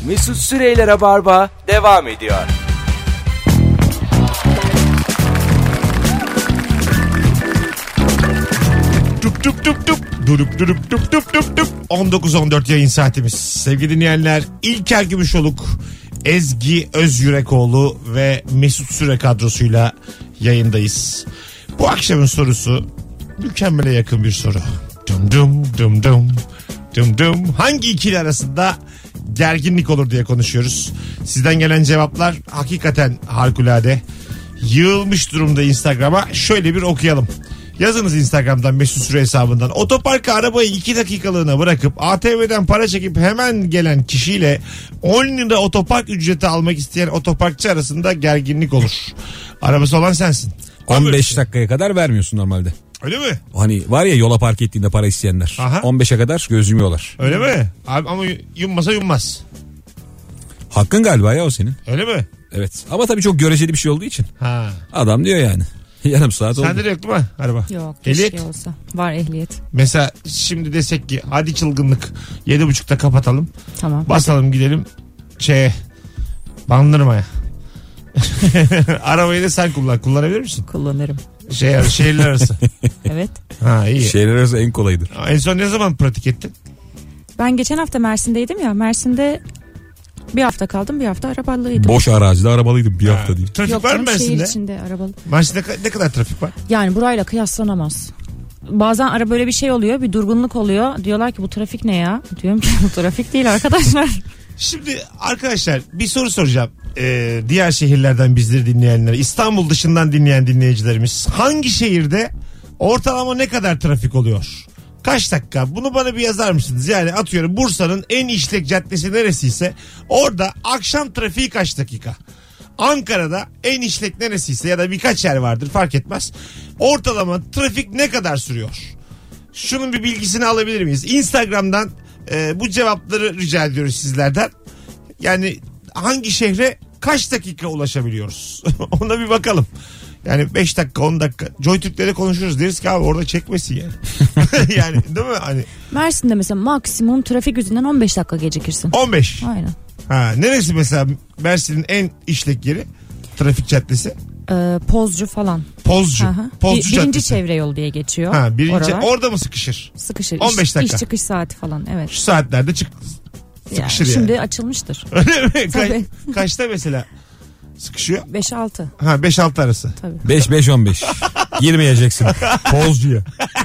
Mesut Süreyler'e barba devam ediyor. Tup tup tup tup. Durup durup tup tup tup tup. 19.14 yayın saatimiz. Sevgili dinleyenler, İlker Gümüşoluk, Ezgi Özyürekoğlu ve Mesut Süre kadrosuyla yayındayız. Bu akşamın sorusu mükemmele yakın bir soru. Dum dum dum dum. Dum dum. Hangi ikili arasında gerginlik olur diye konuşuyoruz. Sizden gelen cevaplar hakikaten harikulade. Yığılmış durumda Instagram'a. Şöyle bir okuyalım. Yazınız Instagram'dan Mesut Süre hesabından. Otoparka arabayı 2 dakikalığına bırakıp ATM'den para çekip hemen gelen kişiyle 10 lira otopark ücreti almak isteyen otoparkçı arasında gerginlik olur. Arabası olan sensin. 15 dakikaya kadar vermiyorsun normalde. Öyle mi? Hani var ya, yola park ettiğinde para isteyenler. Aha. 15'e kadar göz yumuyorlar. Öyle mi? Abi, ama yummasa yummaz. Hakkın galiba ya o senin. Öyle mi? Evet. Ama tabii çok göreceli bir şey olduğu için. Ha. Adam diyor yani. Yarım saat oldu. Sende de yok değil mi araba? Yok, Ehliyet? keşke olsa. Var ehliyet. Mesela şimdi desek ki hadi çılgınlık 7.30'da kapatalım. Tamam. Basalım gidelim Bandırma'ya. Arabayı da sen kullanabilir misin? Kullanırım. Şehirler arası. Evet. Ha, iyi. Şehirler arası en kolayıdır. En son ne zaman pratik ettin? Ben geçen hafta Mersin'deydim ya. Mersin'de bir hafta kaldım, bir hafta arabalıydım. Boş arazide arabalıydım bir hafta değil. Trafik Yok var mı canım, şehir Mersin'de? içinde arabalı. Mersin'de ne kadar trafik var? Yani burayla kıyaslanamaz. Bazen araba böyle bir şey oluyor, bir durgunluk oluyor. Diyorlar ki bu trafik ne ya? Diyorum ki bu trafik değil arkadaşlar. Şimdi arkadaşlar bir soru soracağım. Diğer şehirlerden bizleri dinleyenlere, İstanbul dışından dinleyen dinleyicilerimiz, hangi şehirde ortalama ne kadar trafik oluyor? Kaç dakika? Bunu bana bir yazar mısınız? Yani atıyorum Bursa'nın en işlek caddesi neresiyse orada akşam trafiği kaç dakika? Ankara'da en işlek neresiyse ya da birkaç yer vardır, fark etmez. Ortalama trafik ne kadar sürüyor? Şunun bir bilgisini alabilir miyiz? Instagram'dan bu cevapları rica ediyoruz sizlerden. Yani hangi şehre kaç dakika ulaşabiliyoruz? Ona bir bakalım. Yani 5 dakika 10 dakika. JoyTürk'le konuşuruz, deriz ki abi orada çekmesin yani. Yani değil mi? Hani Mersin'de mesela maksimum trafik yüzünden 15 dakika gecikirsin. 15. Aynen. Ha, neresi mesela Mersin'in en işlek yeri? Trafik caddesi? Pozcu falan. Pozcu. Aha. Pozcu Birinci caddesi. çevre yol diye geçiyor. Ha, birinci oralar. orada mı sıkışır? Sıkışır. 15 dakika. İş çıkış saati falan, evet. Şu saatlerde sıkışır yani. Şimdi açılmıştır. Öyle mi? Tabii. Kaçta mesela sıkışıyor? 5-6. Ha, 5-6 arası. Tabii. 5-5-15. Girmeyeceksin. Pozcuya.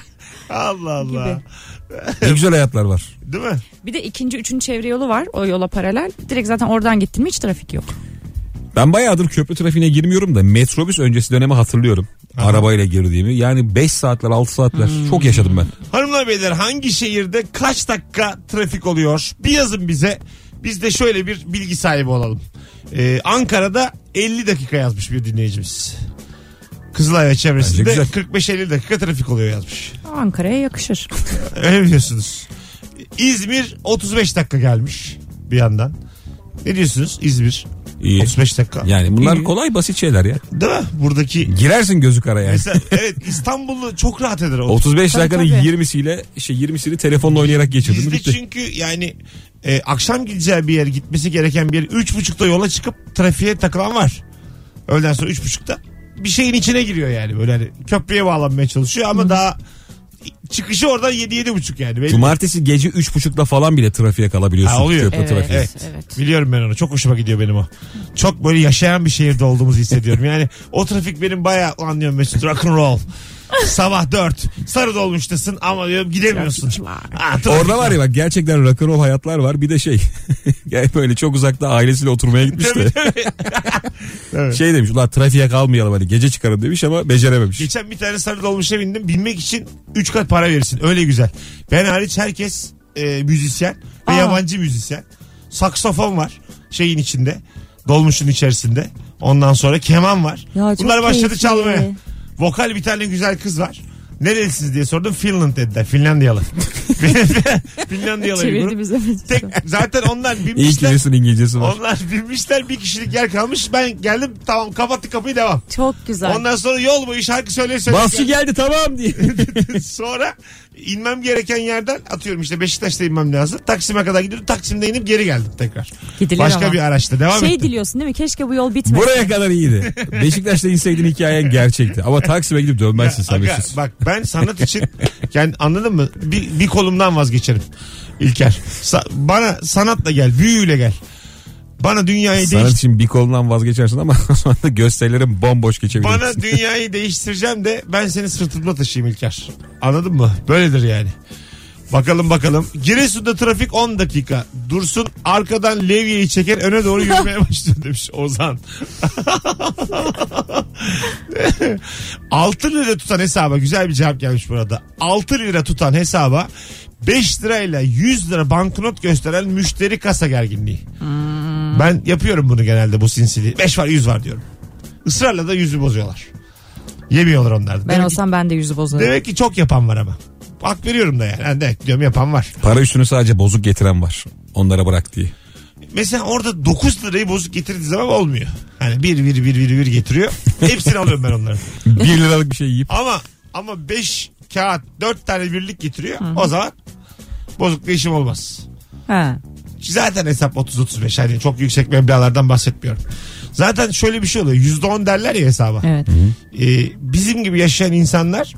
Allah Allah. Gibi. Ne güzel hayatlar var. Değil mi? Bir de ikinci, üçüncü çevre yolu var. O yola paralel. Direkt zaten oradan gittin mi hiç trafik yok. Ben bayağıdır köprü trafiğine girmiyorum da metrobüs öncesi dönemi hatırlıyorum. Aha. Arabayla girdiğimi. Yani 5 saatler 6 saatler çok yaşadım ben. Hanımlar beyler, hangi şehirde kaç dakika trafik oluyor? Bir yazın bize. Biz de şöyle bir bilgi sahibi olalım. Ankara'da 50 dakika yazmış bir dinleyicimiz. Kızılay ve çevresinde 45-50 dakika trafik oluyor yazmış. Ankara'ya yakışır. Öyle mi diyorsunuz? İzmir 35 dakika gelmiş bir yandan. Ne diyorsunuz İzmir? İyi. 35 dakika. Yani bunlar İyi. kolay basit şeyler ya. Değil mi? Buradaki Girersin gözü kara yani. mesela evet, İstanbul'u çok rahat eder. 35 dakikanın tabii. 20'sini telefonla oynayarak geçirdim. Bizde Bitti. çünkü yani akşam gideceği bir yer, gitmesi gereken bir yer 3.30'da yola çıkıp trafiğe takılan var. Öğleden sonra 3.30'da bir şeyin içine giriyor yani. Böyle hani köprüye bağlanmaya çalışıyor ama daha çıkışı oradan 7-7.30 yani. Belli. Cumartesi gece 3.30'da falan bile trafiğe kalabiliyorsun. Ha, oluyor. Köprü trafiği. Evet. Biliyorum ben onu. Çok hoşuma gidiyor benim o. Çok böyle yaşayan bir şehirde olduğumuzu hissediyorum. Yani o trafik benim bayağı anlıyorum Mesut. Rock and roll. Sabah 4. Sarı dolmuştasın ama diyorum gidemiyorsun. Orada var ya bak, gerçekten rock'n'roll hayatlar var. Bir de yani böyle çok uzakta ailesiyle oturmaya gitmiş de. Evet. Şey demiş, ulan trafiğe kalmayalım hadi gece çıkarım demiş ama becerememiş. Geçen bir tane sarı dolmuşa bindim. Binmek için 3 kat para verirsin. Öyle güzel. Ben hariç herkes müzisyen ve yabancı müzisyen. Saksofon var şeyin içinde. Dolmuşun içerisinde. Ondan sonra keman var. Ya, bunlar başladı keyifli. çalmaya. Vokal bir tane güzel kız var. Nerelisiniz diye sordum. Finland dediler. Finlandiyalı. Finlandiyalı bir Çevirdi grup. bize. Zaten onlar İyi ki binmişler. birisinin İngilizcesi var. Onlar binmişler, bir kişilik yer kalmış. Ben geldim, tamam, kapattık kapıyı, devam. Çok güzel. Ondan sonra yol boyu şarkı söyle Basçı geldi tamam diye. Sonra İnmem gereken yerden atıyorum işte Beşiktaş'ta inmem lazım. Taksim'e kadar gidiyorum. Taksim'de inip geri geldim tekrar. Gidilir Başka ama. bir araçta devam ettim. Diliyorsun değil mi? Keşke bu yol bitmese. Buraya kadar iyiydi. Beşiktaş'ta inseydin hikayen gerçekti. Ama Taksim'e gidip dönmezsin sen Aga, Mesut. bak ben sanat için yani anladın mı? Bir kolumdan vazgeçerim İlker. Bana sanatla gel, büyüyle gel. Bana dünyayı Sanat için bir kolundan vazgeçersin ama sonra da gösterilerin bomboş geçebilirsin. Bana dünyayı değiştireceğim de ben seni sırtımda taşıyayım İlker. Anladın mı? Böyledir yani. Bakalım. Giresun'da trafik 10 dakika. Dursun arkadan levyeyi çeker öne doğru yürümeye başlıyor demiş Ozan. 6 lira tutan hesaba güzel bir cevap gelmiş burada. 6 lira tutan hesaba 5 lirayla 100 lira banknot gösteren müşteri kasa gerginliği. Ben yapıyorum bunu genelde bu sinsiliği. 5 var 100 var diyorum. Israrla da yüzü bozuyorlar. Yemiyorlar onlar da. Ben olsam ben de yüzü bozarım. Demek ki çok yapan var ama. Hak veriyorum da yani. De diyorum yapan var. Para üstünü sadece bozuk getiren var. Onlara bırak diye. Mesela orada 9 lirayı bozuk getirdiği zaman olmuyor. Hani bir getiriyor. Hepsini alıyorum ben onların. 1 liralık bir şey yiyip. Ama 5 kağıt 4 tane birlik getiriyor. O zaman bozukla işim olmaz. Ha. Zaten hesap 30-35. Hani çok yüksek meblağlardan bahsetmiyorum. Zaten şöyle bir şey oluyor. %10 derler ya hesaba. Evet. Bizim gibi yaşayan insanlar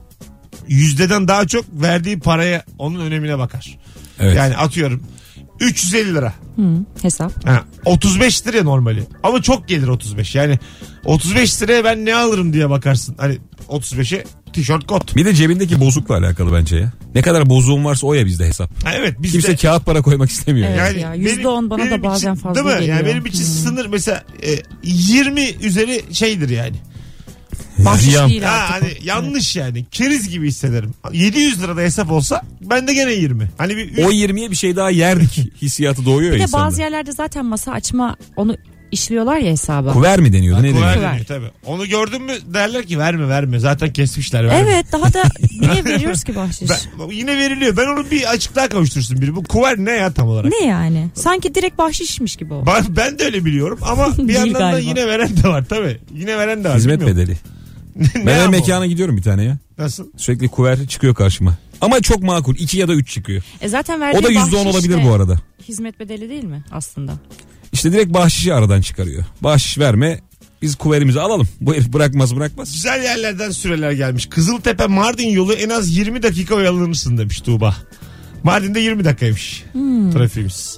yüzdeden daha çok verdiği paraya onun önemine bakar. Evet. Yani atıyorum 350 lira. Hesap. 35 lira normali. Ama çok gelir 35. Yani 35 liraya ben ne alırım diye bakarsın. Hani 35'e tişört kot. Bir de cebindeki bozukla alakalı bence ya. Ne kadar bozuğun varsa o ya bizde hesap. Ha, evet bizde. Kimse kağıt para koymak istemiyor. Evet Yani. Yani ya, %10 bana da bazen için, fazla değil mi? geliyor. Yani benim için sınır mesela 20 üzeri şeydir yani. Bahşiş Ziyan. değil Ha, artık. hani yanlış yani. Keriz gibi hissederim. 700 lirada hesap olsa ben de gene 20. Hani bir O 20'ye bir şey daha yerdik hissiyatı doğuyor Bir ya de insanda. bazı yerlerde zaten masa açma onu işliyorlar ya hesaba. Kuver mi deniyordu? Ne kuver deniyor? deniyor tabii. Onu gördün mü derler ki verme. Zaten kesmişler. Verme. Evet daha da niye veriyoruz ki bahşiş? Yine veriliyor. Ben onu bir açıklığa kavuştursun biri. Bu kuver ne ya tam olarak? Ne yani? Sanki direkt bahşişmiş gibi o. Ben de öyle biliyorum ama bir Değil yandan da galiba. yine veren de var tabii. Yine veren de var. Hizmet bilmiyorum. bedeli. Ne Ben ama o? mekana gidiyorum bir tane ya. Nasıl? Sürekli kuver çıkıyor karşıma. Ama çok makul. 2 ya da 3 çıkıyor. Zaten verdiği O da %10 bahşiş olabilir de bu arada. Hizmet bedeli değil mi aslında? İşte direkt bahşişi aradan çıkarıyor. Bahşiş verme. Biz kuverimizi alalım. Bu herif bırakmaz. Güzel yerlerden süreler gelmiş. Kızıltepe Mardin yolu en az 20 dakika oyalanırsın demiş Tuğba. Mardin'de 20 dakikaymış trafiğimiz.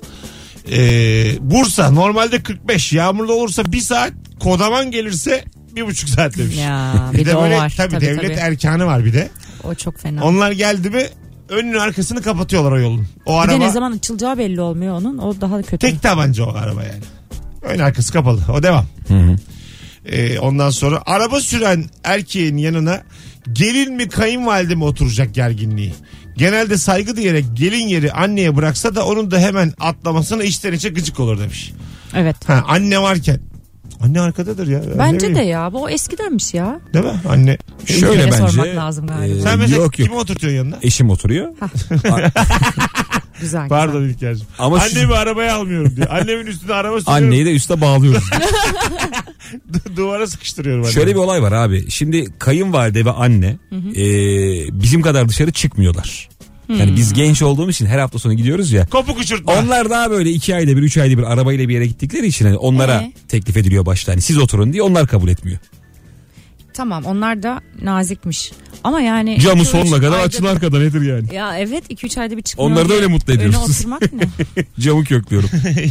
Bursa normalde 45. Yağmurlu olursa 1 saat. Kodaman gelirse 1,5 saat demiş. Ya bir de o böyle var. tabii devlet erkanı var bir de. O çok fena. Onlar geldi mi önünü arkasını kapatıyorlar o yolun. O Bir araba de ne zaman açılacağı belli olmuyor onun. O daha kötü. tek tabanca o araba yani. Ön arkası kapalı. O devam. Ondan sonra araba süren erkeğin yanına gelin mi kayınvalide mi oturacak gerginliği. Genelde saygı diyerek gelin yeri anneye bıraksa da onun da hemen atlamasına içten içe gıcık olur demiş. Evet. Anne varken. Anne arkadadır ya. Ben Bence ne de bileyim. ya. Bu eskidenmiş ya. Değil mi? Anne. Şöyle Ülkeye bence. sormak lazım galiba. Sen mesela Yok. kimi oturtuyorsun yanına? Eşim oturuyor. Güzel. Pardon İlker'cim. Ama Annemi arabaya almıyorum diyor. Annemin üstüne araba sürüyorum. Anneyi de üste bağlıyoruz. Duvara sıkıştırıyorum. Annemi. Şöyle bir olay var abi. Şimdi kayınvalide ve anne bizim kadar dışarı çıkmıyorlar. Yani biz genç olduğumuz için her hafta sonu gidiyoruz ya. Kopuk uçurtma. Onlar daha böyle 2 ayda bir 3 ayda bir arabayla bir yere gittikleri için hani onlara teklif ediliyor başta. Hani siz oturun diye onlar kabul etmiyor. Tamam onlar da nazikmiş. Ama yani... Camı 2-3 sonuna kadar ayda- açın arkada nedir yani. Ya evet 2-3 ayda bir çıkmıyor. Onları da öyle mutlu ediyoruz. Öne oturmak ne? Camı köklüyorum.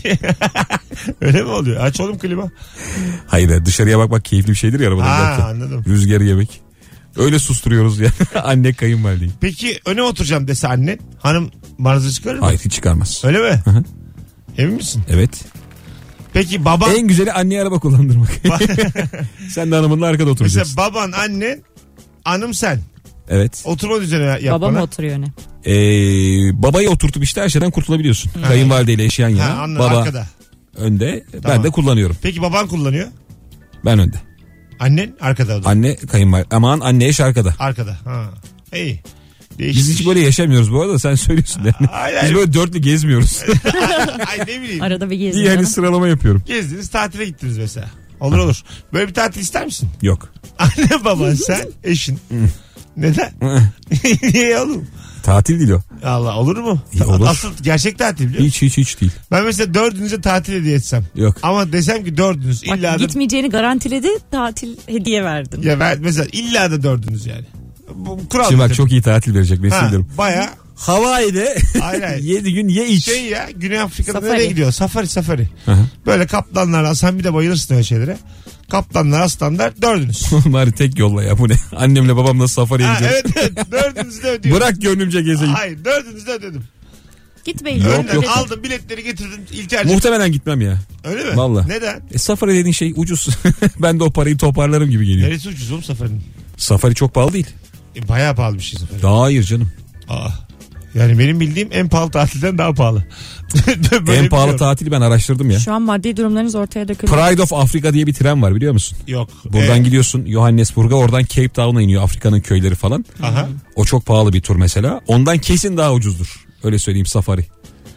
Öyle mi oluyor? Aç oğlum klima. Hayır dışarıya bakmak keyifli bir şeydir ya arabada Ha, giderken. anladım. Rüzgarı yemek. Öyle susturuyoruz ya. Anne kayınvalideyi. Peki öne oturacağım dese annen. Hanım marazı çıkarır mı? Hayır hiç çıkarmaz. Öyle mi? Hı. Emin misin? Evet. Peki baban... En güzeli anneye araba kullandırmak. Sen de hanımınla arkada oturacaksın. Mesela baban, annen, hanım sen. Evet. Oturma düzeni yap Baba mı bana. oturuyor öne? Babayı oturtup işte her şeyden kurtulabiliyorsun. Kayınvalideyle yaşayan Ha, yana. anladım, Baba arkada. önde. Ben Tamam. de kullanıyorum. Peki baban kullanıyor. Ben önde. Annen arkada o da. Anne kayınvalide. Aman anne eş arkada. Arkada. Ha. İyi. Değişik. Biz hiç böyle yaşamıyoruz bu arada sen söylüyorsun yani. Hayır, Biz hayır. böyle dörtlü gezmiyoruz. Ay ne bileyim. Arada bir gezin. İyi hani canım. sıralama yapıyorum. Gezdiniz tatile gittiniz mesela. Olur. Böyle bir tatil ister misin? Yok. Anne baban sen eşin. Neden? Niye oğlum? Tatil değil o. Allah olur mu? Olur. Asıl gerçek tatil biliyor musun? Hiç değil. Ben mesela 4'ünüze tatil hediye etsem. Yok. Ama desem ki 4'ünüz Bak, illa da. gitmeyeceğini garantiledi, tatil hediye verdin. Ya mesela illa da 4'ünüz yani. Bu kural. Şimdi bak çok iyi tatil verecek Mesut'um. Baya. Hawaii'de Hayır. 7 gün ye iç. Şey ya Güney Afrika'da Safari. nereye gidiyor? Safari. Hı. Böyle kaplanlar, sen bir de bayılırsın öyle şeylere. Kaplanlar, aslanlar 4'ünüz. Bari tek yolla ya bu ne? Annemle babamla safariye Ha, gideceğiz. evet 4'ünüzü de ödüyorum. Bırak gönlümce gezeyim. Hayır 4'ünüzü de ödedim. Gitmeyin. Yok, Önden yok. aldım biletleri getirdim İlker'cim. Muhtemelen gitmem ya. Öyle mi? Vallahi. Neden? Safari dediğin şey ucuz. Ben de o parayı toparlarım gibi geliyor. Neresi ucuz oğlum Safari'nin? Safari çok pahalı değil. Bayağı pahalı bir şey Safari. Daha hayır canım. Aa. Yani benim bildiğim en pahalı tatilden daha pahalı. En pahalı tatili ben araştırdım ya. Şu an maddi durumlarınız ortaya dökülüyor. Pride of Africa diye bir tren var biliyor musun? Yok. Buradan gidiyorsun Johannesburg'a, oradan Cape Town'a iniyor Afrika'nın köyleri falan. Aha. O çok pahalı bir tur mesela. Ondan kesin daha ucuzdur. Öyle söyleyeyim Safari.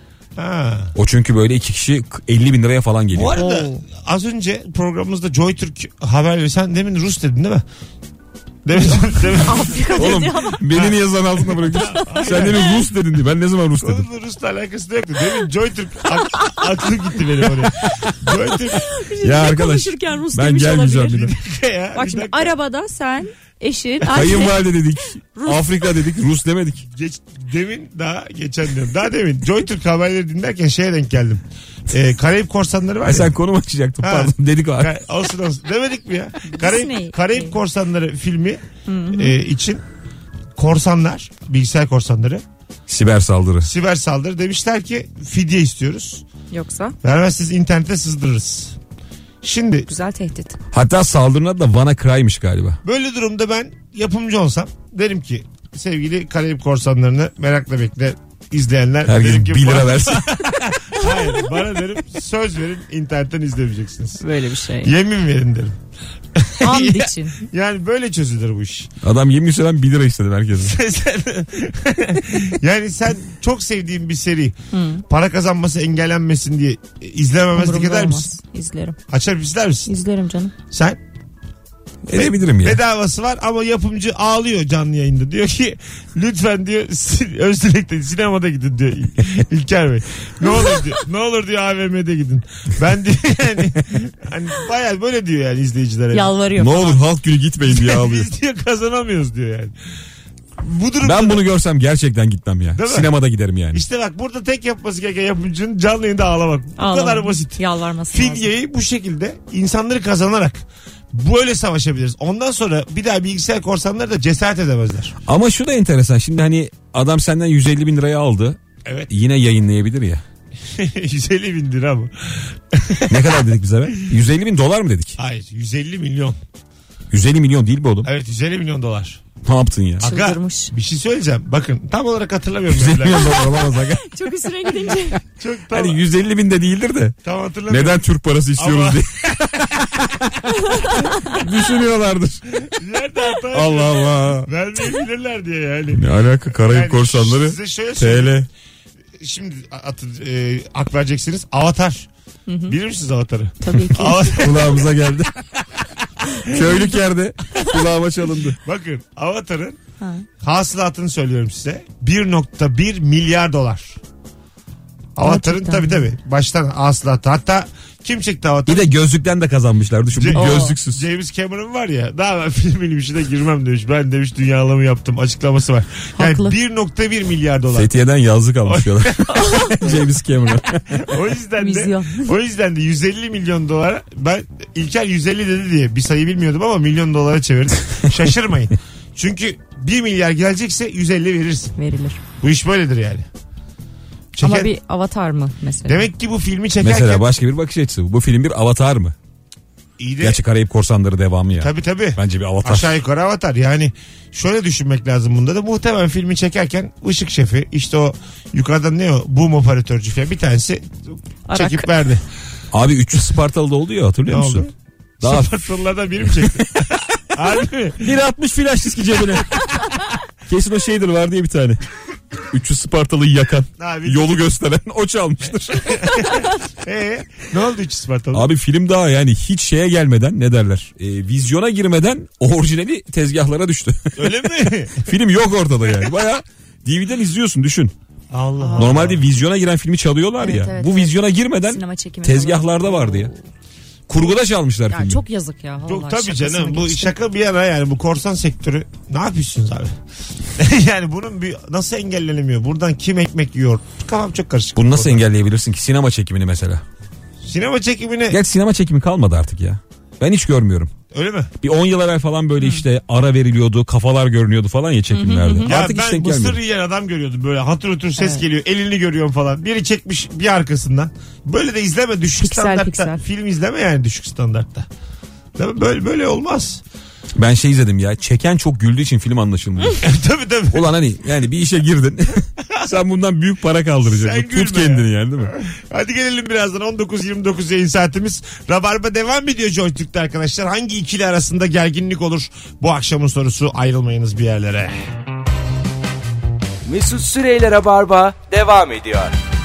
Ha. O çünkü böyle 2 kişi 50 bin liraya falan geliyor. Bu arada az önce programımızda JoyTürk haberleri sen demin Rus dedin değil mi? Demin. Afrika Oğlum dedi ama. beni niye zan altında bırakıyorsun? Sen demin Rus dedin diye. Ben ne zaman Rus dedim? Konunun Rus'la alakası da yoktu. Demin JoyTürk aklım gitti benim oraya. JoyTürk Ya arkadaş Konuşurken Rus ben demiş gelmeyeceğim olabilir. bir de. ya. Bak bir şimdi dakika. arabada sen, eşin, anne. Kayınvalide dedik. Afrika dedik. Rus demedik. Demin daha geçen diyorum. Daha demin JoyTürk haberleri dinlerken şeye denk geldim. Karayip korsanları var ya. Sen konu mu açacaktın? Ha. Pardon dedik o an. Olsun. Demedik mi ya? Disney. Karayip korsanları filmi için korsanlar, bilgisayar korsanları Siber saldırı. siber saldırı demişler ki fidye istiyoruz. Yoksa Vermezseniz internete sızdırırız. Şimdi güzel tehdit. Hatta saldırının adı da WannaCry'mış galiba. böyle durumda ben yapımcı olsam derim ki sevgili Karayip korsanlarını merakla bekle izleyenler. Herkes derim ki 1 lira versin. Hayır bana derim söz verin internetten izlemeyeceksiniz. Böyle bir şey. Yemin verin derim. And için. Yani böyle çözülür bu iş. Adam yemin söylem 1 lira istedi herkesin. Yani sen çok sevdiğin bir seri para kazanması engellenmesin diye izlememezlik Umurumda eder olmaz. misin? İzlerim. Açar izler misin? İzlerim canım. Sen? Edebilirim ya. Bedavası var ama yapımcı ağlıyor canlı yayında. Diyor ki lütfen diyor Özdilek'te sinemada gidin diyor İlker Bey. Ne olur diyor. Ne olur diyor AVM'de gidin. Ben diyor yani hani bayağı böyle diyor yani izleyicilere. Yalvarıyorum. Ne olur halk günü gitmeyin diye ağlıyor. Biz diyor kazanamıyoruz diyor yani. Bu durumda Ben bunu görsem gerçekten gitmem ya. Değil mi? Sinemada giderim yani. İşte bak burada tek yapması gereken yapımcının canlı yayında ağlamak. Bu Ağlamam. kadar basit. Yalvarması lazım. Fidyeyi bu şekilde insanları kazanarak böyle savaşabiliriz. Ondan sonra bir daha bilgisayar korsanları da cesaret edemezler. Ama şu da enteresan. Şimdi hani adam senden 150 bin liraya aldı. Evet. Yine yayınlayabilir ya. 150 bin lira mı? Ne kadar dedik biz eve? 150 bin dolar mı dedik? Hayır 150 milyon. 150 milyon değil mi oğlum? Evet 150 milyon dolar. Ne yaptın ya? Aga, Çıldırmış. bir şey söyleyeceğim. Bakın tam olarak hatırlamıyorum. 150 meblağ. milyon dolar olamaz aga. Çok üstüne gidince. Çok tam, Hani 150 bin de değildir de. tam hatırlamıyorum. Neden Türk parası istiyoruz Ama- diye. Düşünüyorlardır. Nerede hata? Allah Allah. Vermeyebilirler diye yani. Ne alaka Karayip Yani korsanları size şöyle söyleyeyim. TL. Şimdi hak vereceksiniz. Avatar. Bilir misiniz Avatar'ı? Tabii ki. Kulağımıza geldi. Köylük yerde kulağıma çalındı. Bakın Avatar'ın Ha. hasılatını söylüyorum size. 1.1 milyar dolar. Avatar'ın Gerçekten tabii mi? tabii. Baştan hasılatı. Hatta kim çekti Avatar'ı? Bir de gözlükten de kazanmışlar. Düşün bu Ce- gözlüksüz. James Cameron var ya daha ben film işine girmem demiş. Ben demiş dünyalama yaptım açıklaması var. Yani Haklı. 1.1 milyar dolar. Fethiye'den yazlık almış diyorlar. James Cameron. O yüzden de 150 milyon dolar ben İlker 150 dedi diye bir sayı bilmiyordum ama milyon dolara çevirdim. Şaşırmayın. Çünkü 1 milyar gelecekse 150 verirsin. Verilir. Bu iş böyledir yani. Ama bir avatar mı mesela? Demek ki bu filmi çekerken Mesela başka bir bakış açısı. Bu film bir avatar mı? iyi de Gerçi Karayip Korsanları devamı ya. tabii. Bence bir avatar. Aşağı yukarı Avatar. Yani şöyle düşünmek lazım bunda da. Muhtemelen filmi çekerken ışık şefi işte o yukarıdan ne o boom operatörcü falan bir tanesi Arak. çekip verdi. Abi 300 Spartalı'da oldu ya hatırlıyor Ne musun? oldu? Daha Spartalılardan biri mi çekti? Harbi mi? 1.60 flash diski cebine. Kesin o şeydir var diye bir tane. 300 Spartalı'yı yakan, Abi. yolu gösteren o çalmıştır. Ne oldu 300 Spartalı? Abi film daha yani hiç şeye gelmeden ne derler? Vizyona girmeden orijinali tezgahlara düştü. Öyle mi? Film yok ortada yani. Baya DVD'den izliyorsun düşün. Allah. Normalde vizyona giren filmi çalıyorlar Evet, ya. evet, Bu evet. vizyona girmeden Sinema çekimi tezgahlarda falan. vardı ya. Kurguda çalmışlar Ya filmi. çok yazık ya. Çok vallahi tabii şakasını canım bu geçtim. şaka bir yana yani bu korsan sektörü ne yapıyorsunuz abi? Yani bunun bir nasıl engellenemiyor? Buradan kim ekmek yiyor? Kafam çok karışık. Bunu nasıl engelleyebilirsin ki sinema çekimini mesela? Sinema çekimine Gerçi sinema çekimi kalmadı artık ya. Ben hiç görmüyorum. öyle mi? Bir 10 yıl evvel falan böyle işte ara veriliyordu, kafalar görünüyordu falan ya çekimlerde. Ya Artık hiç ben denk mısır gelmiyor. yiyen adam görüyordum böyle hatır hutur ses Evet. geliyor elini görüyorum falan. Biri çekmiş bir arkasından. Böyle de izleme düşük Piksel, standartta. piksel. Film izleme yani düşük standartta. Değil mi? Böyle olmaz. Ben şey izledim ya. Çeken çok güldüğü için film anlaşılmıyor. tabii. Ulan hani yani bir işe girdin. Sen bundan büyük para Sen kaldıracaksın. gülme Tut kendini yani değil mi? Hadi gelelim birazdan 19.29 yayın saatimiz. Rabarba devam ediyor JoyTürk'te arkadaşlar. Hangi ikili arasında gerginlik olur? Bu akşamın sorusu, ayrılmayınız bir yerlere. Mesut Süreyler'e barba devam ediyor.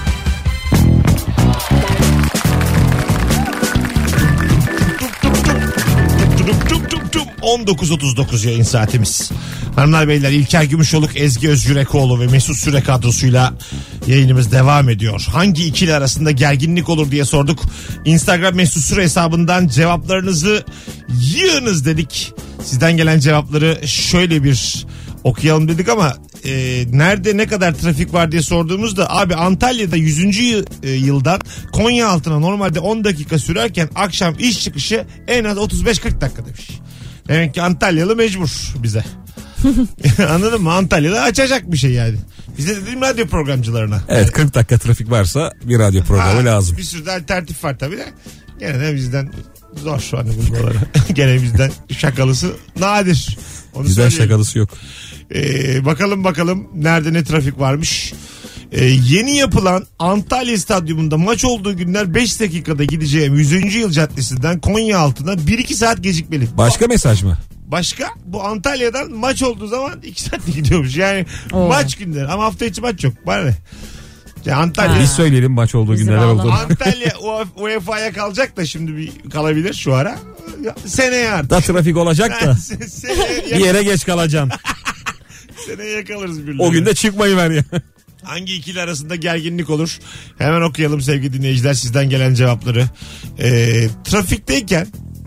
Tum 19.39 yayın saatimiz. Hanımlar beyler İlker Gümüşoluk, Ezgi Özgürekoğlu ve Mesut Süre kadrosuyla yayınımız devam ediyor. Hangi ikili arasında gerginlik olur diye sorduk. Instagram Mesut Süre hesabından cevaplarınızı yığınız dedik. Sizden gelen cevapları şöyle bir okuyalım dedik ama nerede ne kadar trafik var diye sorduğumuzda abi Antalya'da 100. yıldan Konya altına normalde 10 dakika sürerken akşam iş çıkışı en az 35-40 dakika demiş. Demek ki Antalyalı mecbur bize. Anladın mı? Antalya'da açacak bir şey yani. Bize dedim radyo programcılarına. Evet 40 dakika trafik varsa bir radyo programı lazım. Bir sürü de alternatif var tabii de. Gene de bizden zor şu anda bulmaları. Gene bizden şakalısı nadir. Onu Bizden söyleyelim. şakalısı yok. Bakalım nerede ne trafik varmış. Yeni yapılan Antalya Stadyumunda maç olduğu günler 5 dakikada gideceğim 100. yıl caddesinden Konya altına 1-2 saat gecikmeli. Başka mesaj mı? Başka bu Antalya'dan maç olduğu zaman 2 saatte gidiyormuş. Yani Oo. maç günleri ama hafta içi maç yok. Bana ne? Ya Antalya, Biz söyleyelim maç olduğu Bizi gün neler bağlama. oldu. Antalya UEFA'ya kalacak da şimdi bir kalabilir şu ara. Seneye artık. Da trafik olacak da seneye, bir yere geç kalacaksın. seneye yakalarız birileri. O günde çıkmayı ver ya. Hangi ikili arasında gerginlik olur? Hemen okuyalım sevgili dinleyiciler sizden gelen cevapları. Trafikteyken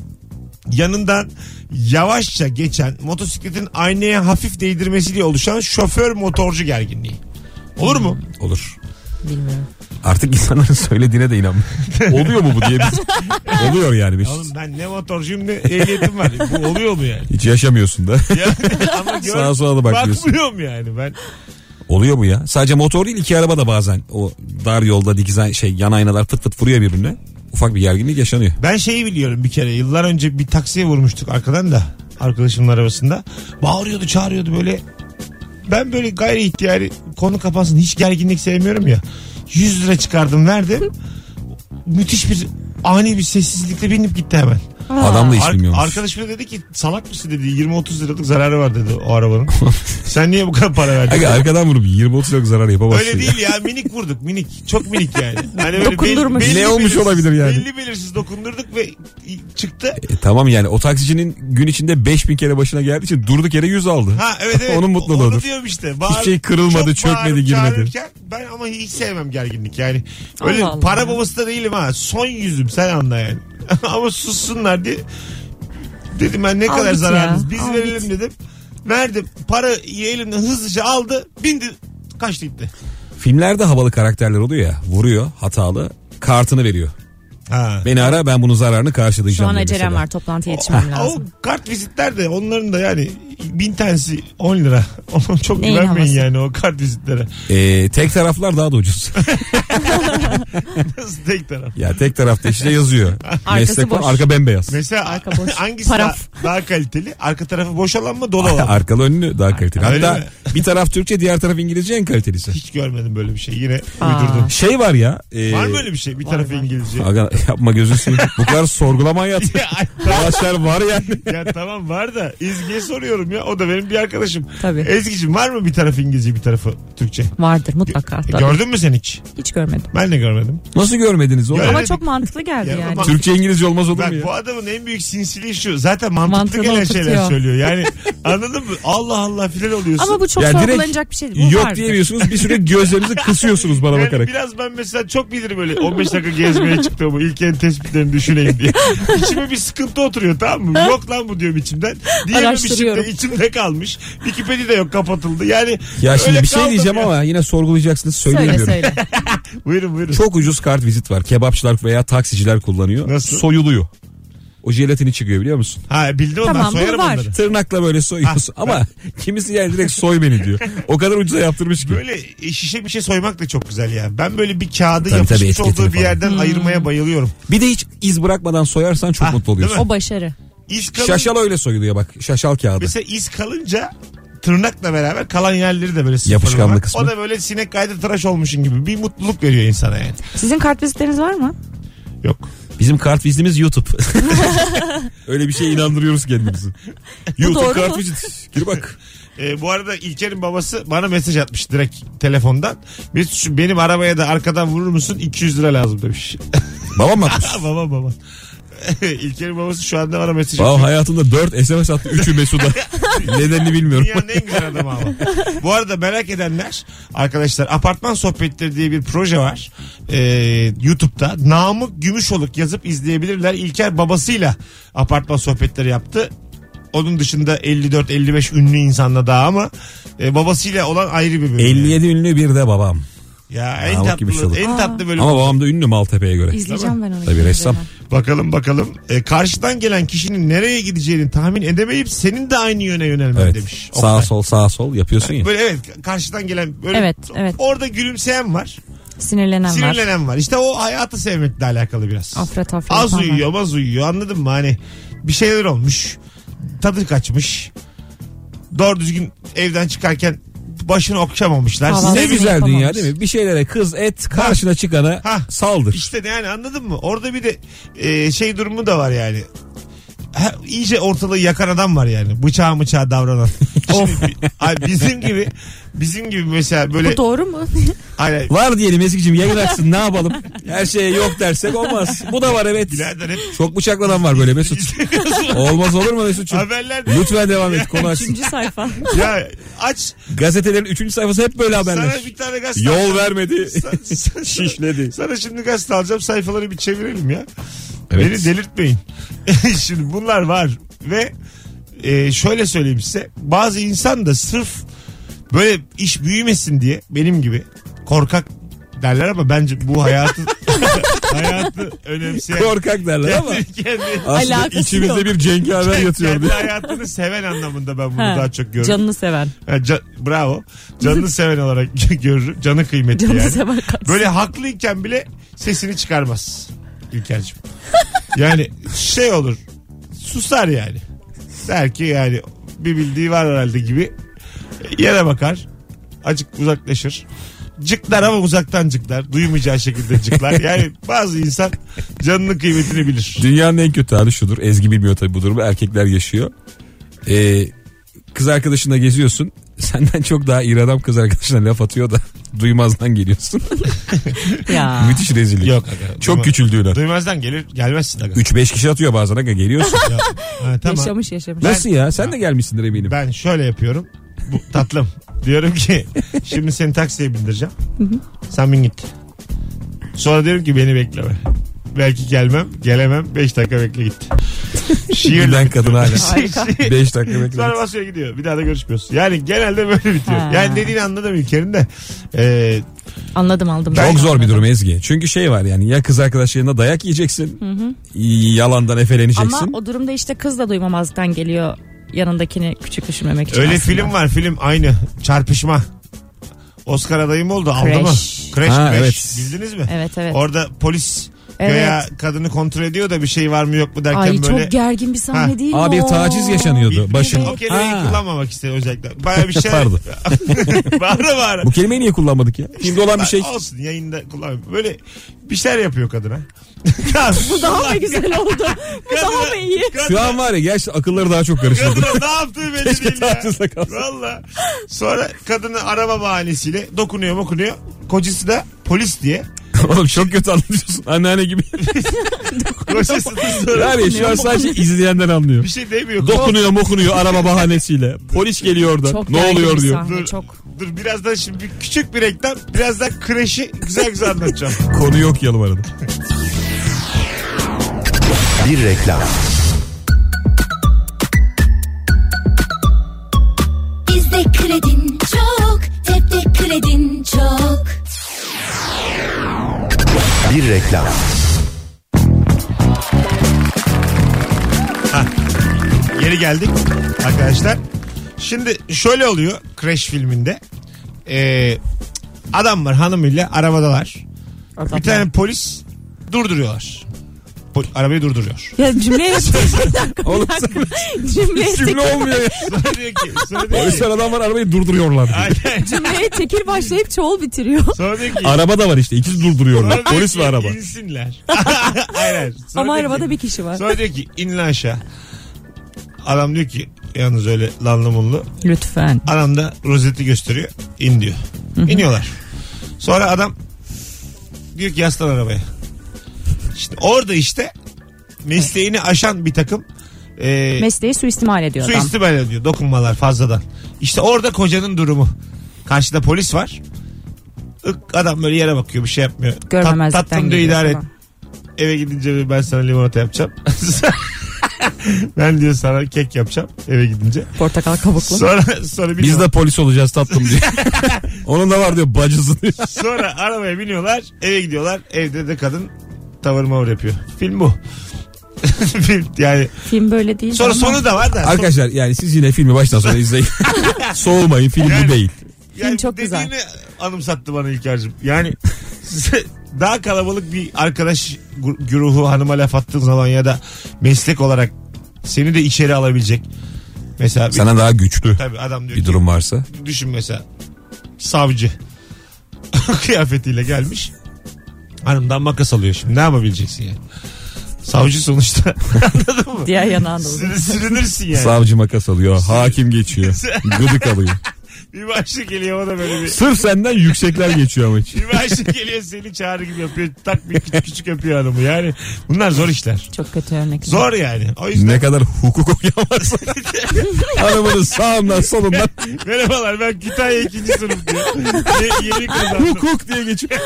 yanından yavaşça geçen motosikletin aynaya hafif değdirmesiyle oluşan şoför motorcu gerginliği. Olur mu? Olur. Bilmiyorum. Artık insanların söylediğine de inanmıyorum. Oluyor mu bu diye biz. Oluyor yani. Biz. Oğlum ben ne motorcuyum ne ehliyetim var. Bu oluyor mu yani? Hiç yaşamıyorsun da. Ya, ama Sağa sola da bakmıyorsun. bakmıyorum yani ben. Oluyor bu ya. Sadece motor değil iki araba da bazen o dar yolda dikizen yan aynalar fıt fıt vuruyor birbirine. Ufak bir gerginlik yaşanıyor. Ben şeyi biliyorum bir kere yıllar önce bir taksiye vurmuştuk arkadan da arkadaşımın arabasında. Bağırıyordu çağırıyordu böyle. Ben böyle gayri ihtiyari konu kapansın hiç gerginlik sevmiyorum ya. 100 lira çıkardım verdim. Müthiş bir ani bir sessizlikle binip gitti hemen. Adam da hiç bilmiyormuş. Arkadaşım da dedi ki salak mısın dedi 20-30 liralık zararı var dedi o arabanın. Sen niye bu kadar para verdin? Aga, arkadan vurup 20-30 liralık zarar yapamazsın. Öyle ya. değil ya minik vurduk minik çok minik yani. Hani böyle Dokundurmuş. Ne olmuş olabilir yani? Belli belirsiz dokundurduk ve çıktı. Tamam yani o taksicinin gün içinde 5000 kere başına geldiği için durduk yere 100 aldı. Ha evet. Onun mutluluğu Onu olur. diyorum işte. Hiçbir şey kırılmadı, çok çökmedi, bağırıp girmedi. çağırırken Ben ama hiç sevmem gerginlik yani. Öyle Allah Allah. para babası da değilim ha. Son yüzüm sen anla yani. Ama sussunlar diye. Dedim ben ne Al kadar git zararınız. ya, Biz al verelim git. dedim. Verdim. Parayı elimden hızlıca aldı. Bindi. Kaçtı gitti. Filmlerde havalı karakterler oluyor ya, vuruyor hatalı, kartını veriyor. Ha. Beni ara, ben bunun zararını Şu karşılayacağım an diyor acelem mesela. var, toplantıya yetişmem O lazım. kart vizitler de onların da yani 1000 tanesi 10 lira. Ona çok Neyin güvenmeyin havası? yani o kart vizitlere. Tek taraflar daha da ucuz. Nasıl tek taraf? Ya tek tarafta işte yazıyor. Arkası Meslek var, boş. arka bembeyaz. Mesela Arka boş. hangisi Paraf. daha kaliteli? Arka tarafı boş olan mı dolu olan mı? Arkalı önlü daha kaliteli. Öyle Hatta mi? bir taraf Türkçe, diğer taraf İngilizce en kalitelisi. Hiç görmedim böyle bir şey. Yine Aa. uydurdum. Şey var ya. Var mı öyle bir şey? Bir tarafı var. İngilizce. Aga, yapma gözünü seveyim. Bu kadar sorgulama hayat. Ya, ay, tamam. Arkadaşlar var yani. Ya tamam var da İzgi'ye soruyorum oğlum ya. O da benim bir arkadaşım. Tabii. Ezgi'cim var mı bir tarafı İngilizce bir tarafı Türkçe? Vardır mutlaka. Tabii. Gördün mü sen hiç? Hiç görmedim. Ben de görmedim. Nasıl görmediniz oğlum? Öyle Ama bir- çok mantıklı geldi Ya yani. ama- Türkçe İngilizce olmaz olur Bak mu ya? bu adamın en büyük sinsiliği şu. Zaten mantıklı Mantığını gelen oturtuyor. şeyler söylüyor. Yani anladın mı? Allah Allah filan oluyorsun. Ama bu çok Ya direkt sorgulanacak bir şey değil. Bu Yok vardır. diyemiyorsunuz, bir süre gözlerinizi kısıyorsunuz bana yani bakarak. biraz ben mesela çok bilirim böyle 15 dakika gezmeye çıktığımı ilk en tespitlerini düşüneyim diye. İçime bir sıkıntı oturuyor, tamam mı? Yok lan bu diyorum içimden. Diyememişim Araştırıyorum. de içimde kalmış. Wikipedia'da yok, kapatıldı. Yani Ya şimdi öyle bir şey kaldım diyeceğim ya. ama yine sorgulayacaksınız, Söyle söyleyemiyorum. söyle. Buyurun. Çok ucuz kart vizit var. Kebapçılar veya taksiciler kullanıyor. Nasıl? Soyuluyor. O jelatini çıkıyor biliyor musun? Ha bildim onu, Tamam, ben soyarım bu var. onları. Tırnakla böyle soyuyorsun ama kimisi yani direkt soy beni diyor. O kadar ucuza yaptırmış ki. Böyle şişe bir şey soymak da çok güzel ya. Ben böyle bir kağıdı Tabii, yapışmış etiketini olduğu bir falan. yerden ayırmaya bayılıyorum. Bir de hiç iz bırakmadan soyarsan çok Ha, mutlu değil oluyorsun. mi? O başarı. İz kalın, Şaşal öyle soyuluyor bak. Şaşal kağıdı. mesela iz kalınca tırnakla beraber kalan yerleri de böyle Yapışkanlı sıfırlamak. kısmı. O da böyle sinek kaydı tıraş olmuşun gibi bir mutluluk veriyor insana yani. Sizin kart vizitleriniz var mı? Yok. Bizim kart vizitimiz YouTube. Öyle bir şeye inandırıyoruz kendimizi. YouTube doğru kart mu? vizit. Gir bak. Bu arada İlker'in babası bana mesaj atmış direkt telefondan. Mesut şu benim arabaya da arkadan vurur musun? 200 lira lazım demiş. Babam mı atmış? Baba. İlker'in babası şu anda bana mesaj Babam atıyor. hayatında 4 SMS attı. 3'ü Mesut'a. Nedenini bilmiyorum. Dünyanın en güzel adamı ama. Bu arada merak edenler arkadaşlar, Apartman Sohbetleri diye bir proje var. YouTube'da Namık Gümüşoluk yazıp izleyebilirler. İlker babasıyla Apartman Sohbetleri yaptı. Onun dışında 54-55 ünlü insanla daha ama babasıyla olan ayrı bir bölüm. 57 ünlü bir de babam. Ya en Namık tatlı, Gümüşoluk. en tatlı bölüm. Ama babam da ünlü Maltepe'ye göre. İzleyeceğim ben onu. Tabii ressam. Bakalım. Karşıdan gelen kişinin nereye gideceğini tahmin edemeyip senin de aynı yöne yönelmen Evet. demiş. Sağa sol yapıyorsun ya. Böyle evet, karşıdan gelen böyle Evet. orada gülümseyen var. Sinirlenen var. Sinirlenen var. İşte o hayatı sevmekle alakalı biraz. Afret Az falan. uyuyor, az uyuyor, anladın mı? Hani bir şeyler olmuş. Tadı kaçmış. Doğru düzgün evden çıkarken başını okşamamışlar. Kahvaltı Ne Size güzel yapamamış. dünya değil mi? Bir şeylere kız et, karşına çıkana Ha. saldır. İşte yani anladın mı? Orada bir de şey durumu da var yani. İyice ortalığı yakan adam var yani. Bıçağı davranan. Şimdi, bizim gibi mesela böyle. Bu doğru mu? Hani, Var diyelim Eskicim, yayın açsın, ne yapalım? Her şeye yok dersek olmaz. Bu da var evet. birader hep Çok bıçaklanan var böyle Mesut. Olmaz olur mu Mesut'cum? haberlerde. Lütfen devam et, konu açsın. 3. sayfa. Ya aç. Gazetelerin 3. sayfası hep böyle haberler. Sana bir tane gazete Yol alacağım. vermedi. Sa- Şişledi. Sana şimdi gazete alacağım, sayfaları bir çevirelim ya. Evet. Beni delirtmeyin. Şimdi bunlar var ve şöyle söyleyeyim size, bazı insan da sırf böyle iş büyümesin diye benim gibi korkak derler ama bence bu hayatı önemseyen, Korkak derler ama kendi aslında Alakası içimizde yok. bir cengaver yatıyor kendi diye. hayatını seven anlamında ben bunu Ha, daha çok görüyorum. Canını seven. Bravo. Canını seven olarak görürüm. Canı kıymetli Canını yani. seven kaç. Böyle haklıyken bile sesini çıkarmaz İlker'cim. Yani şey olur, susar yani. Der ki yani bir bildiği var herhalde gibi. Yere bakar. Azıcık uzaklaşır. Cıklar ama uzaktan cıklar. Duymayacağı şekilde cıklar. Yani bazı insan canının kıymetini bilir. Dünyanın en kötü hali şudur. Ezgi bilmiyor tabii bu durumu. Erkekler yaşıyor. Kız arkadaşınla geziyorsun. Senden çok daha iyi adam kız arkadaşına laf atıyor da duymazdan geliyorsun. Ya. Müthiş rezillik. Yok aga, Çok küçüldüğüne. Duymazdan gelmezsin aga. 3-5 kişi atıyor bazen aga, geliyorsun. Ha, tamam. Yaşamış. Nasıl ya? Sen de gelmişsindir eminim. Ben şöyle yapıyorum. Bu tatlım. Diyorum ki şimdi seni taksiye bindireceğim. Sen bin git. Sonra diyorum ki beni bekleme. Belki gelemem. 5 dakika bekle git. Giden kadın hala. Harika. 5 dakika bekle. Sonra basıyor gidiyor. Bir daha da görüşmüyorsun. Yani genelde böyle bitiyor. Ha. Yani dediğini anladım İlker'in de. Anladım. Çok zor bir durum Ezgi. Çünkü şey var yani, ya kız arkadaşlarına dayak yiyeceksin. Yalandan efeleneceksin. Ama o durumda işte kız da duymamazlıktan geliyor, yanındakini küçük düşürmemek için. Öyle aslında. film var, film aynı. Çarpışma. Oscar adayı mı oldu? Aldı mı? Crash. Crash. Ha, Crash. evet. Bildiniz mi? Evet. Orada polis Evet. Veya kadını kontrol ediyor da bir şey var mı yok mu derken Ay böyle. çok gergin bir sahne Ha. değil mi Abi o? taciz yaşanıyordu. Başın. O kelimeyi Ha. kullanmamak istedim özellikle. Baya bir şey. Pardon. Bağıra. Bu kelimeyi niye kullanmadık ya? Filmde olan bir şey. Olsun yayında kullanmıyorum. Böyle bir şeyler yapıyor kadına. Bu daha mı güzel oldu? Bu daha mı iyi? Şu an var ya gerçekten akılları daha çok karıştırdı. Kadına ne yaptığı belli Keşke değil ya. tacizle kalsın. Valla. Sonra kadını arama bahanesiyle dokunuyor. Kocası da polis diye. Oğlum çok kötü anlatıyorsun. Anneanne gibi. Kocası da sonra Yani şu an sadece izleyenler anlıyor. bir şey demiyor. Dokunuyor araba bahanesiyle. Polis geliyor oradan. Çok Ne gergin oluyor bir diyor. sahne, Dur, çok. dur birazdan şimdi küçük bir reklam. Birazdan kreşi güzel anlatacağım. Konuyu okuyalım arada. Bir reklam. Bizde kredin çok, cepte kredin çok. Bir reklam. Geri geldik arkadaşlar. Şimdi şöyle oluyor Crash filminde. Adam var hanımıyla arabadalar. Bir tane polis durduruyorlar. Arabayı durduruyor. Ya cümleye Oğlum cümle olmuyor ya. Sonra diyor Polisler adam var arabayı durduruyorlar. Aynen. cümleye tekil başlayıp çoğul bitiriyor. Sonra diyor ki Araba da var işte ikisi durduruyorlar. sonra diyor Polis ki, ve araba. İnsinler. Aynen. Sonra Ama diyor arabada ki- bir kişi var. Sonra diyor ki in lan aşağı. Adam diyor ki yalnız öyle lanlı munlu. Lütfen. Adam da rozeti gösteriyor. İn diyor. İniyorlar. Sonra adam diyor ki yaslan arabaya. İşte orada işte mesleğini aşan bir takım Mesleği suistimal ediyor adam. suistimal ediyor. Dokunmalar fazladan. İşte orada kocanın durumu. Karşıda polis var. Adam böyle yere bakıyor bir şey yapmıyor. Görmemezlikten Tatlım diyor geliyor idare et. falan. Eve gidince ben sana limonata yapacağım. Ben diyor sana kek yapacağım eve gidince. Portakal kabuklu. Sonra Biz de polis olacağız tatlım diyor. Onun da var diyor bacısı diyor. Sonra arabaya biniyorlar eve gidiyorlar. Evde de kadın tavır mavır yapıyor. Film bu. Film yani. Film böyle değil. Sonra ama. sonu da var da. Arkadaşlar yani siz yine filmi baştan sona izleyin. Soğumayın film Yani- bu değil. Yani çok dediğini güzel. anımsattı bana İlker'cim. Yani daha kalabalık bir arkadaş güruhu hanıma laf attığın zaman ya da meslek olarak seni de içeri alabilecek. Mesela Sana daha güçlü tabii adam diyor bir ki, durum varsa. düşün mesela savcı kıyafetiyle gelmiş. Hanımdan makas alıyor şimdi. Ne yapabileceksin yani? Savcı sonuçta. Anladın mı? Diğer yanağında olur. Sürünürsün yani. Savcı makas alıyor. Hakim geçiyor. Gıdık alıyor. Bir başlık geliyor o da böyle bir. Sırf senden yüksekler geçiyor ama hiç. Bir başlık geliyor seni çağrı gibi yapıyor. Tak bir küçük küçük yapıyor hanımı. Yani bunlar zor işler. Çok kötü örnek. Zor yani. O yüzden. Ne kadar hukuk okuyan varsa. Hanımının sağından solundan Merhabalar ben Kütahya 2. sınıf diyor. Yeni kazandım. hukuk diye geçiyor.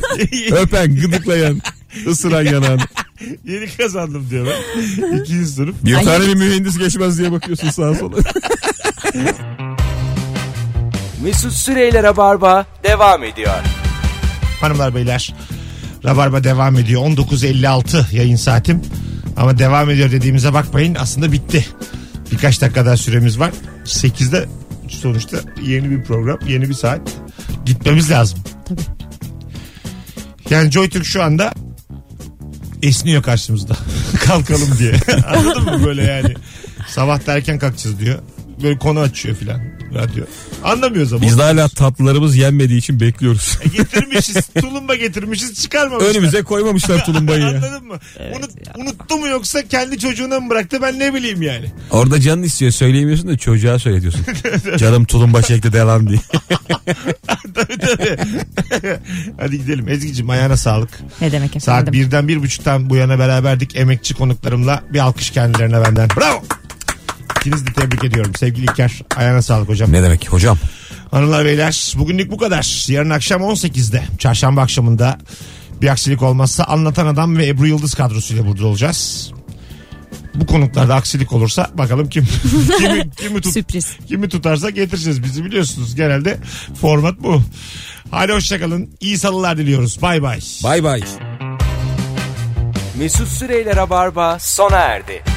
Öpen, gıdıklayan, ısıran yanağını. Yeni kazandım diyor ben. 2. sınıf. Bir Ay. tane bir mühendis geçmez diye bakıyorsun sağa sola. Mesut Süreyler'e barba devam ediyor. Hanımlar beyler. Rabarba devam ediyor. 19.56 yayın saatim. Ama devam ediyor dediğimize bakmayın. Aslında bitti. Birkaç dakika daha süremiz var. 8'de sonuçta yeni bir program, yeni bir saat. Gitmemiz lazım. Tabii. Yani JoyTürk şu anda esniyor karşımızda. Kalkalım diye. Anladın mı böyle yani? Sabah da erken kalkacağız diyor. Böyle konu açıyor filan radyo. Anlamıyoruz ama. Biz de hala tatlılarımız yenmediği için bekliyoruz. Getirmişiz. Tulumba getirmişiz çıkarmamışlar. Önümüze koymamışlar tulumbayı ya. Anladın mı? Unuttu mu yoksa kendi çocuğuna mı bıraktı ben ne bileyim yani. Orada canın istiyor söyleyemiyorsun da çocuğa söyletiyorsun. Canım tulumba şekli devam diye. tabii. Hadi gidelim. Ezgi'cim ayağına sağlık. Ne demek Saat efendim? 1'den 1.30'dan bu yana beraberdik. Emekçi konuklarımla bir alkış kendilerine benden. Bravo. İkinizi de tebrik ediyorum. Sevgili İlker ayağına sağlık hocam. Ne demek hocam? Hanımlar beyler bugünlük bu kadar. Yarın akşam 18'de çarşamba akşamında bir aksilik olmazsa Anlatan Adam ve Ebru Yıldız kadrosuyla burada olacağız. Bu konuklarda aksilik olursa bakalım Sürpriz. kimi tutarsa getireceğiz bizi biliyorsunuz. Genelde format bu. Hadi hoşçakalın. İyi salılar diliyoruz. Bay bay. Bay bay. Mesut Süreyler'e barba sona erdi.